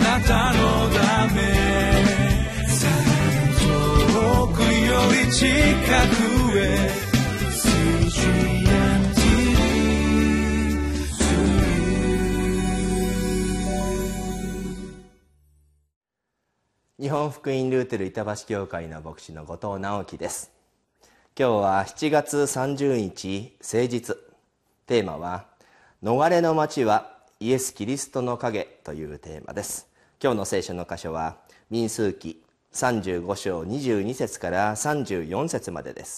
なたのため遠くより近くへ日本福音ルーテル板橋教会の牧師の後藤直樹です。今日は7月30日聖日、テーマは逃れの町はイエス・キリストの影というテーマです。今日の聖書の箇所は民数記35章22節から34節までです。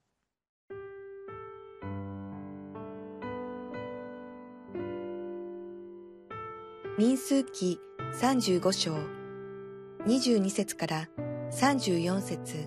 民数記35章22節から34節。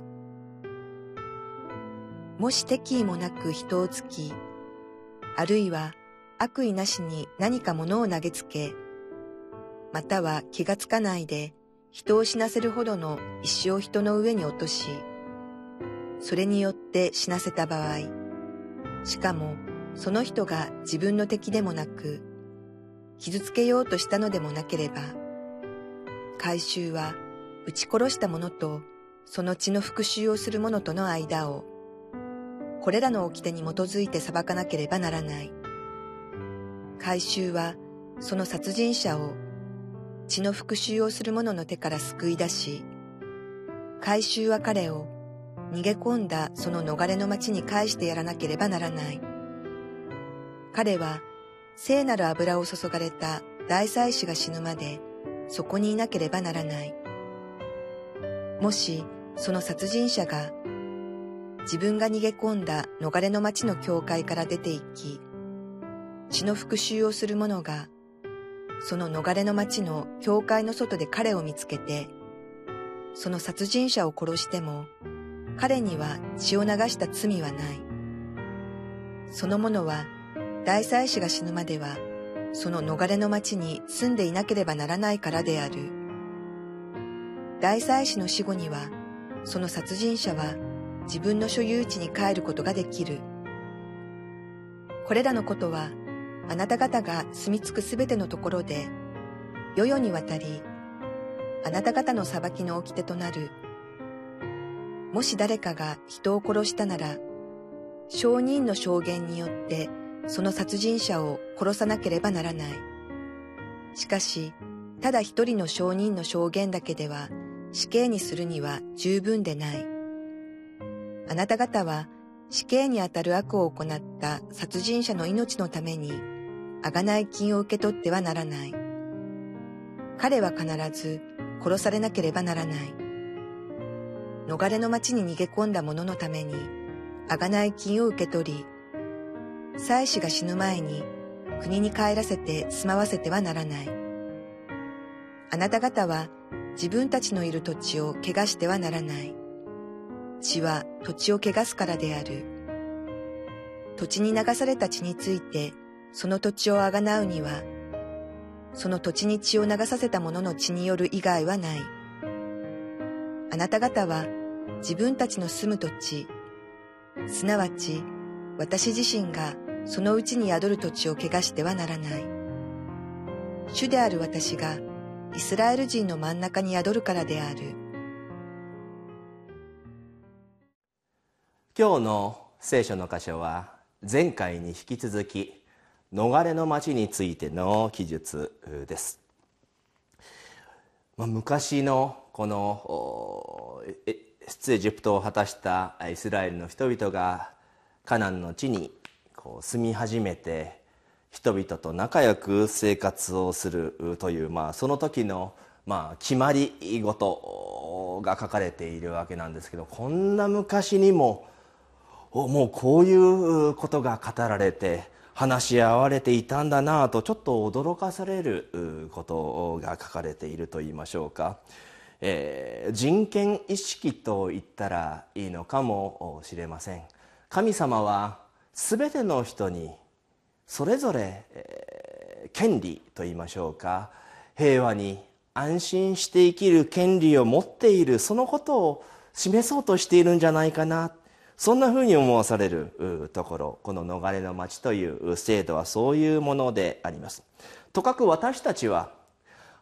もし敵意もなく人を突き、あるいは悪意なしに何か物を投げつけ、または気がつかないで人を死なせるほどの石を人の上に落とし、それによって死なせた場合、しかもその人が自分の敵でもなく、傷つけようとしたのでもなければ、回収は撃ち殺した者とその血の復讐をする者との間を、これらの掟に基づいて裁かなければならない。回収はその殺人者を血の復讐をする者の手から救い出し、回収は彼を逃げ込んだその逃れの町に返してやらなければならない。彼は聖なる油を注がれた大祭司が死ぬまでそこにいなければならない。もしその殺人者が自分が逃げ込んだ逃れの町の境界から出て行き、血の復讐をする者がその逃れの町の境界の外で彼を見つけて、その殺人者を殺しても彼には血を流した罪はない。その者は大祭司が死ぬまではその逃れの町に住んでいなければならないからである。大祭司の死後にはその殺人者は自分の所有地に帰ることができる。これらのことはあなた方が住み着くすべてのところで世々にわたり、あなた方の裁きの掟となる。もし誰かが人を殺したなら、証人の証言によってその殺人者を殺さなければならない。しかし、ただ一人の証人の証言だけでは死刑にするには十分でない。あなた方は死刑にあたる悪を行った殺人者の命のために贖い金を受け取ってはならない。彼は必ず殺されなければならない。逃れの町に逃げ込んだ者のために贖い金を受け取り、祭司が死ぬ前に国に帰らせて住まわせてはならない。あなた方は自分たちのいる土地を汚してはならない。血は土地を汚すからである。土地に流された血についてその土地をあがなうには、その土地に血を流させた者の血による以外はない。あなた方は自分たちの住む土地、すなわち私自身がそのうちに宿る土地を汚してはならない。主である私がイスラエル人の真ん中に宿るからである。 今日の聖書の箇所は前回に引き続き逃れの町についての記述です。昔のこの出エジプトを果たしたイスラエルの人々がカナンの地に住み始めて、人々と仲良く生活をするという、その時の決まり事が書かれているわけなんですけど、こんな昔にももうこういうことが語られて話し合われていたんだなと、ちょっと驚かされることが書かれていると言いましょうか、人権意識と言ったらいいのかもしれません。神様はすべての人にそれぞれ、権利と言いましょうか、平和に安心して生きる権利を持っている、そのことを示そうとしているんじゃないかな、そんなふうに思わされるところ、この逃れの町という制度はそういうものであります。とかく私たちは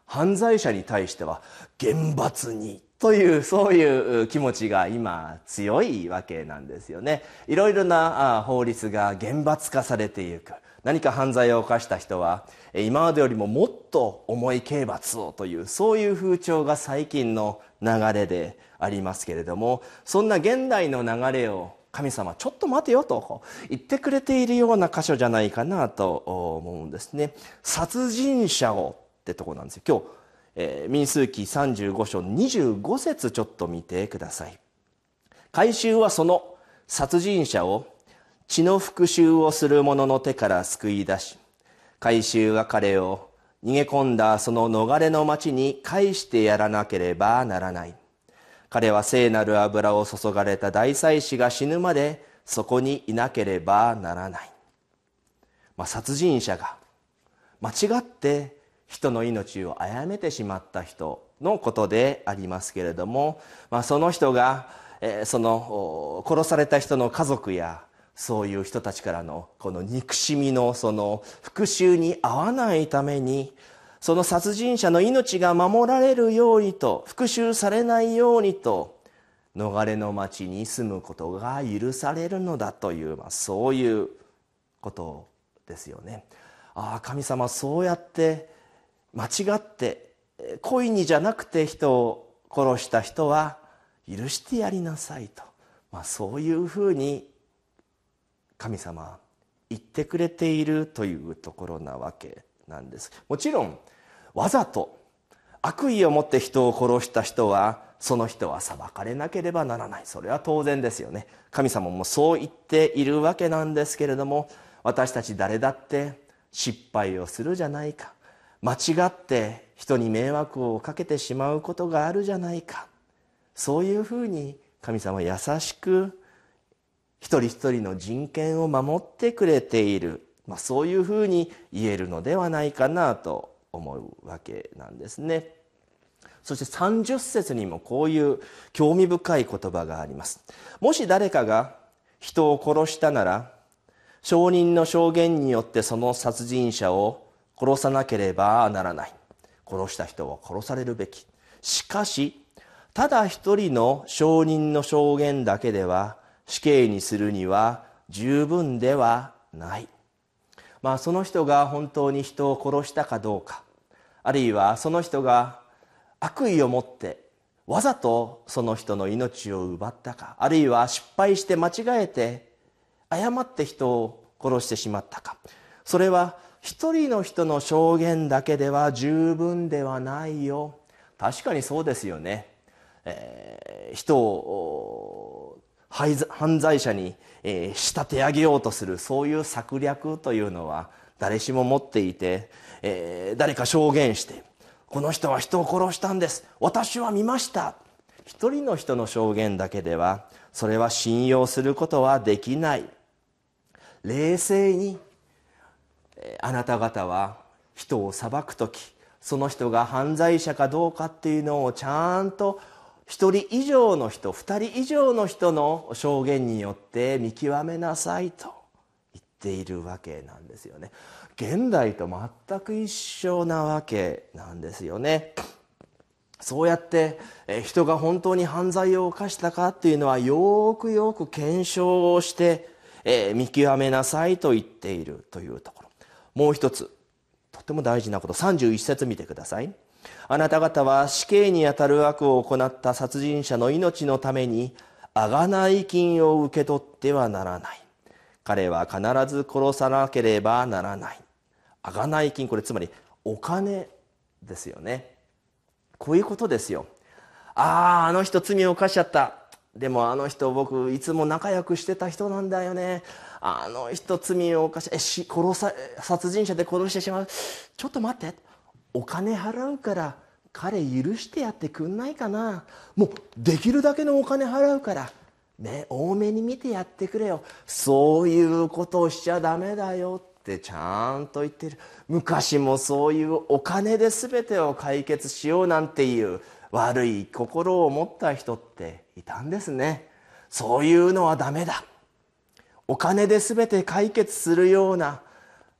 犯罪者に対しては厳罰にというそういう気持ちが今強いわけなんですよね。いろいろな法律が厳罰化されていく。何か犯罪を犯した人は今までよりももっと重い刑罰をというそういう風潮が最近の流れでありますけれども、そんな現代の流れを神様ちょっと待てよと言ってくれているような箇所じゃないかなと思うんですね。殺人者をってとこなんですよ。今日、民数記35章25節ちょっと見てください。回収はその殺人者を血の復讐をする者の手から救い出し、回収は彼を逃げ込んだその逃れの町に返してやらなければならない。彼は聖なる油を注がれた大祭司が死ぬまでそこにいなければならない。殺人者が間違って人の命を殺めてしまった人のことでありますけれども、その人がその殺された人の家族やそういう人たちからのこの憎しみのその復讐に遭わないために、その殺人者の命が守られるようにと、復讐されないようにと、逃れの町に住むことが許されるのだという、そういうことですよね。神様そうやって間違って故意にじゃなくて人を殺した人は許してやりなさいと、そういうふうに神様は言ってくれているというところなわけなんです。もちろんわざと悪意を持って人を殺した人はその人は裁かれなければならない。それは当然ですよね。神様もそう言っているわけなんですけれども、私たち誰だって失敗をするじゃないか、間違って人に迷惑をかけてしまうことがあるじゃないか。そういうふうに神様は優しく一人一人の人権を守ってくれている、そういうふうに言えるのではないかなと思うわけなんですね。そして30節にもこういう興味深い言葉があります。もし誰かが人を殺したなら、証人の証言によってその殺人者を殺さなければならない。殺した人は殺されるべき。しかし、ただ一人の証人の証言だけでは死刑にするには十分ではない。その人が本当に人を殺したかどうか、あるいはその人が悪意を持ってわざとその人の命を奪ったか、あるいは失敗して間違えて誤って人を殺してしまったか、それは一人の人の証言だけでは十分ではないよ。確かにそうですよね。人を犯罪者に仕立て上げようとするそういう策略というのは誰しも持っていて、誰か証言してこの人は人を殺したんです、私は見ました、一人の人の証言だけではそれは信用することはできない。冷静にあなた方は人を裁くとき、その人が犯罪者かどうかっていうのをちゃんと一人以上の人、二人以上の人の証言によって見極めなさいと言っているわけなんですよね。現代と全く一緒なわけなんですよね。そうやって人が本当に犯罪を犯したかっていうのはよくよく検証をして見極めなさいと言っているというところ。もう一つとても大事なこと、31節見てください。あなた方は死刑にあたる悪を行った殺人者の命のために贖い金を受け取ってはならない。彼は必ず殺さなければならない。贖い金、これつまりお金ですよね。こういうことですよ。あの人罪を犯しちゃった、でもあの人僕いつも仲良くしてた人なんだよね、あの人罪を犯し殺人者で殺してしまう、ちょっと待って、お金払うから彼許してやってくんないかな、もうできるだけのお金払うからね、多めに見てやってくれよ、そういうことをしちゃダメだよってちゃんと言っている。昔もそういうお金で全てを解決しようなんていう悪い心を持った人っていたんですね。そういうのはダメだ、お金で全て解決するような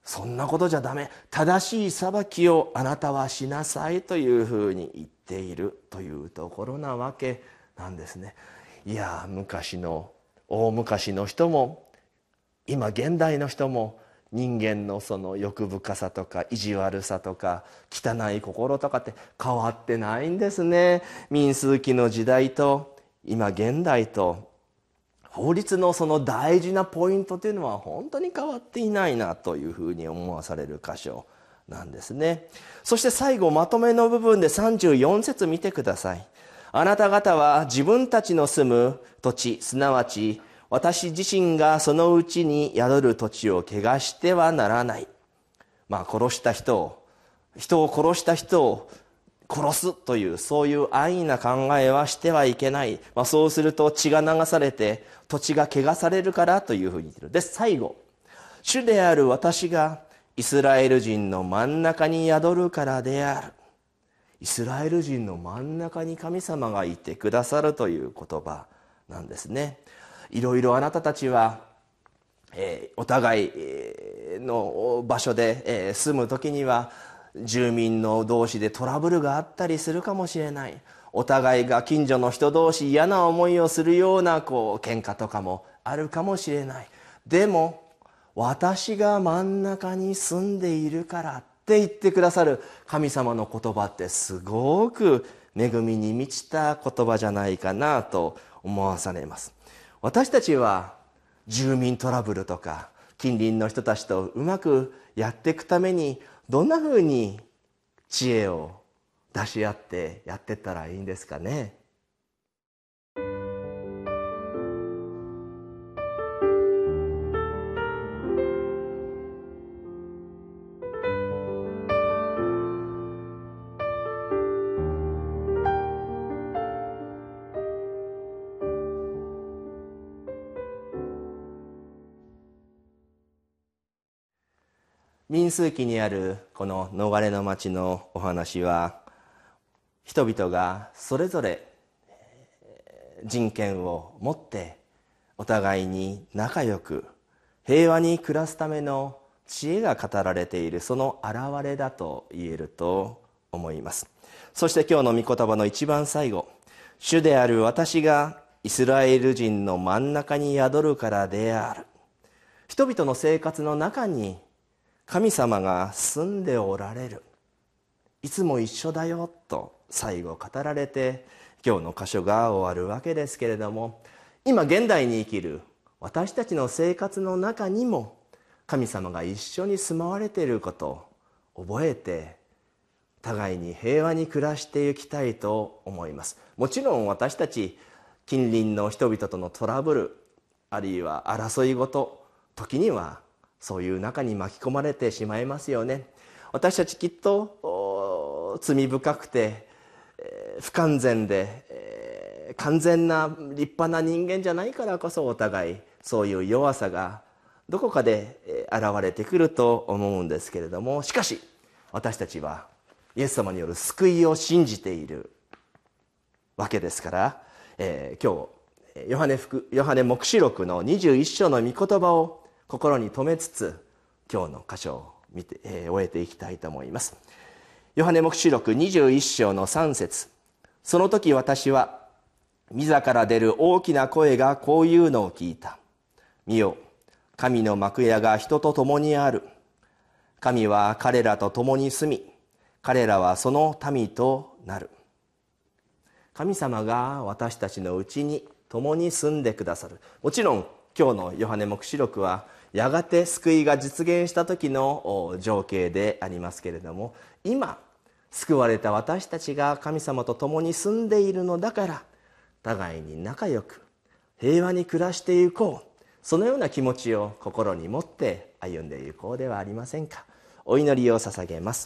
そんなことじゃダメ、正しい裁きをあなたはしなさいというふうに言っているというところなわけなんですね。いや、大昔の人も今現代の人も人間のその欲深さとか意地悪さとか汚い心とかって変わってないんですね。民数記の時代と今現代と法律のその大事なポイントというのは本当に変わっていないなというふうに思わされる箇所なんですね。そして最後まとめの部分で34節見てください。あなた方は自分たちの住む土地、すなわち私自身がそのうちに宿る土地を汚してはならない。人を殺した人を殺すというそういう安易な考えはしてはいけない。そうすると血が流されて土地が汚されるからというふうに言っている。で、最後、主である私がイスラエル人の真ん中に宿るからである。イスラエル人の真ん中に神様がいてくださるという言葉なんですね。いろいろあなたたちは、お互いの場所で住む時には住民の同士でトラブルがあったりするかもしれない。お互いが近所の人同士嫌な思いをするような喧嘩とかもあるかもしれない。でも私が真ん中に住んでいるからって言ってくださる神様の言葉ってすごく恵みに満ちた言葉じゃないかなと思わされます。私たちは住民トラブルとか近隣の人たちとうまくやっていくためにどんなふうに知恵を出し合ってやっていったらいいんですかね。民数記にあるこの逃れの町のお話は、人々がそれぞれ人権を持ってお互いに仲良く平和に暮らすための知恵が語られているその表れだと言えると思います。そして今日の御言葉の一番最後、主である私がイスラエル人の真ん中に宿るからである。人々の生活の中に神様が住んでおられる、いつも一緒だよと最後語られて今日の箇所が終わるわけですけれども、今現代に生きる私たちの生活の中にも神様が一緒に住まわれていることを覚えて互いに平和に暮らしていきたいと思います。もちろん私たち近隣の人々とのトラブル、あるいは争いごと、時にはそういう中に巻き込まれてしまいますよね。私たちきっと罪深くて不完全で完全な立派な人間じゃないからこそ、お互いそういう弱さがどこかで現れてくると思うんですけれども、しかし私たちはイエス様による救いを信じているわけですから、今日ヨハネ黙示録の21章の御言葉を心に留めつつ今日の箇所を見て、終えていきたいと思います。ヨハネ黙示録21章の3節、その時私は御座から出る大きな声がこういうのを聞いた。見よ、神の幕屋が人と共にある。神は彼らと共に住み、彼らはその民となる。神様が私たちのうちに共に住んでくださる。もちろん今日のヨハネ黙示録はやがて救いが実現した時の情景でありますけれども、今救われた私たちが神様と共に住んでいるのだから、互いに仲良く平和に暮らしていこう、そのような気持ちを心に持って歩んでいこうではありませんか。お祈りを捧げます。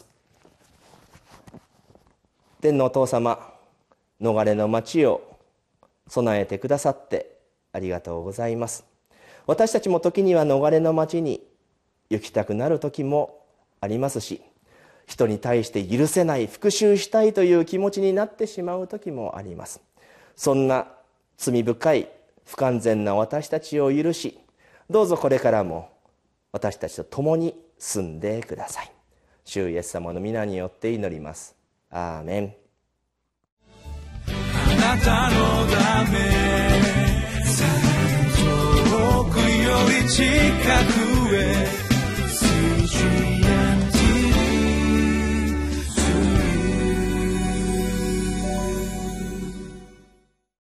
天のお父様、逃れの町を備えてくださってありがとうございます。私たちも時には逃れの町に行きたくなる時もありますし、人に対して許せない、復讐したいという気持ちになってしまう時もあります。そんな罪深い不完全な私たちを許し、どうぞこれからも私たちと共に住んでください。主イエス様の皆によって祈ります。アーメン。 あなたのため遠くより近く